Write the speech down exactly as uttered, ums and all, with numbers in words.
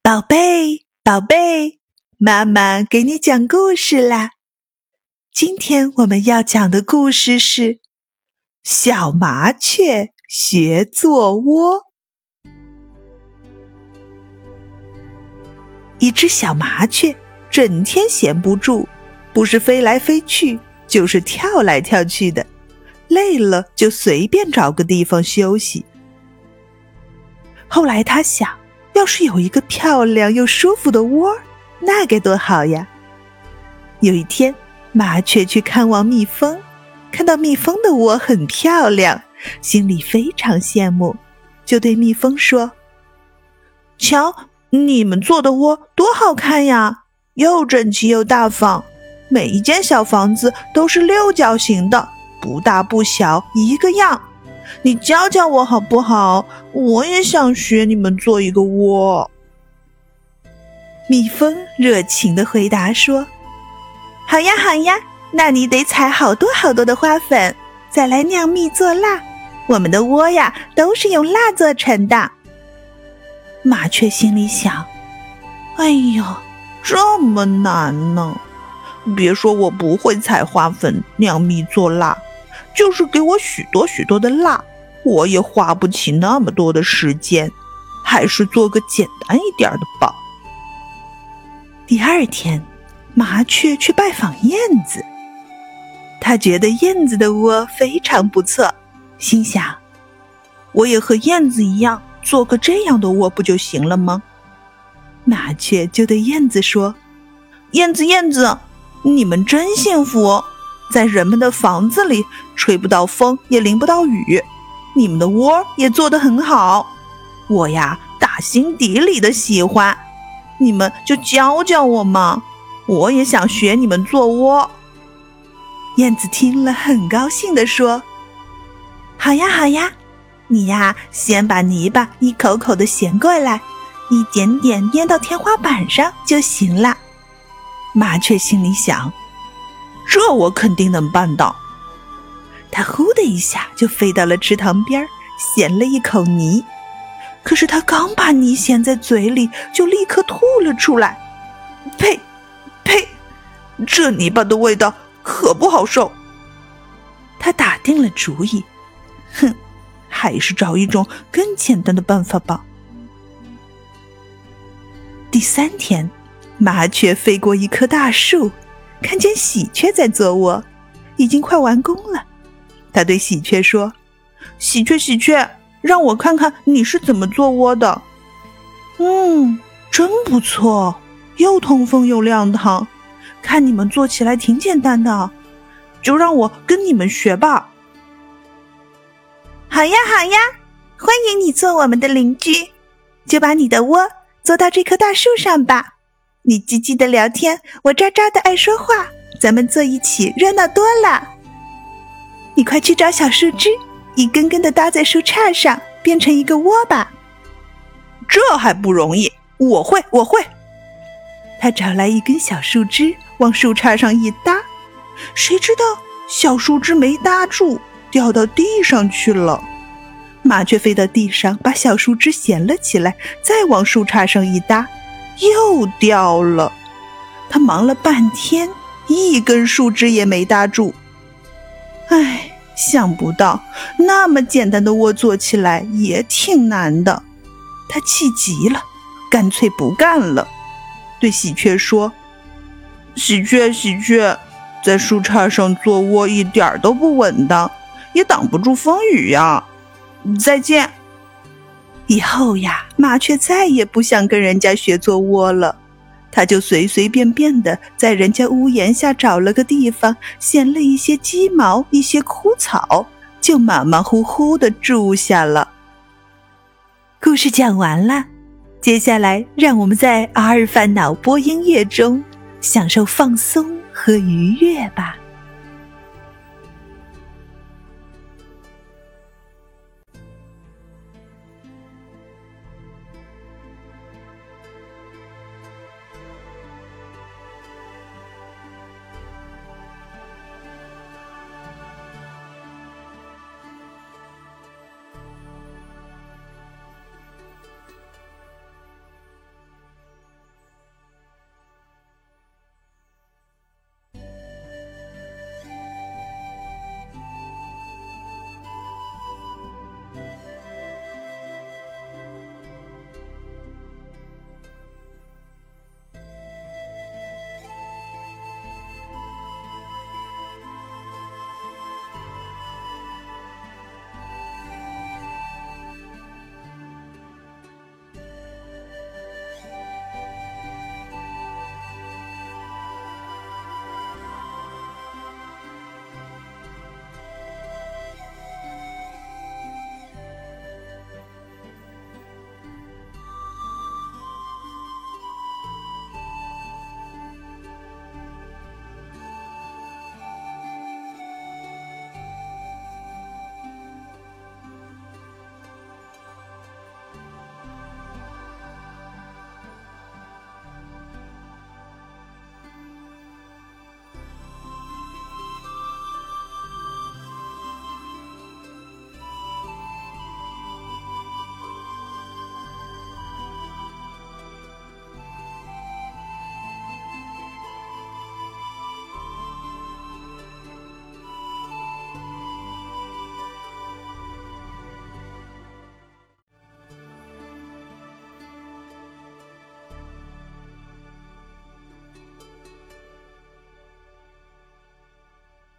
宝贝，宝贝，妈妈给你讲故事啦。今天我们要讲的故事是小麻雀学做窝。一只小麻雀整天闲不住，不是飞来飞去，就是跳来跳去的，累了就随便找个地方休息。后来他想，要是有一个漂亮又舒服的窝，那该多好呀。有一天，麻雀去看望蜜蜂，看到蜜蜂的窝很漂亮，心里非常羡慕，就对蜜蜂说：瞧，你们做的窝多好看呀，又整齐又大方，每一间小房子都是六角形的，不大不小，一个样。你教教我好不好？我也想学你们做一个窝。蜜蜂热情地回答说：好呀好呀，那你得采好多好多的花粉，再来酿蜜做蜡，我们的窝呀都是用蜡做成的。麻雀心里想，哎呀，这么难呢，别说我不会采花粉酿蜜做蜡，就是给我许多许多的蜡，我也花不起那么多的时间，还是做个简单一点的吧。第二天，麻雀去拜访燕子，他觉得燕子的窝非常不错，心想，我也和燕子一样做个这样的窝不就行了吗？麻雀就对燕子说：燕子燕子，你们真幸福，在人们的房子里吹不到风也淋不到雨，你们的窝也做得很好，我呀打心底里的喜欢，你们就教教我嘛，我也想学你们做窝。燕子听了很高兴地说：好呀好呀，你呀先把泥巴一口口地衔过来，一点点粘到天花板上就行了。麻雀心里想，这我肯定能办到。它呼的一下就飞到了池塘边，衔了一口泥，可是它刚把泥衔在嘴里，就立刻吐了出来。呸呸，这泥巴的味道可不好受。他打定了主意，哼，还是找一种更简单的办法吧。第三天，麻雀飞过一棵大树，看见喜鹊在做窝，已经快完工了。他对喜鹊说：喜鹊喜鹊，让我看看你是怎么做窝的。嗯，真不错，又通风又亮堂，看你们做起来挺简单的，就让我跟你们学吧。好呀好呀，欢迎你做我们的邻居，就把你的窝做到这棵大树上吧。你叽叽的聊天，我喳喳的爱说话，咱们坐一起热闹多了。你快去找小树枝，一根根的搭在树杈上，变成一个窝吧。这还不容易，我会我会。他找来一根小树枝，往树杈上一搭，谁知道小树枝没搭住，掉到地上去了。麻雀飞到地上，把小树枝衔了起来，再往树杈上一搭，又掉了。他忙了半天，一根树枝也没搭住。唉，想不到那么简单的窝做起来也挺难的。他气急了，干脆不干了，对喜鹊说：喜鹊喜鹊，在树杈上做窝一点都不稳当，也挡不住风雨呀，再见。以后呀，麻雀再也不想跟人家学做窝了，他就随随便便的在人家屋檐下找了个地方，衔了一些鸡毛，一些枯草，就马马虎虎的住下了。故事讲完了，接下来让我们在阿尔法脑波音乐中享受放松和愉悦吧。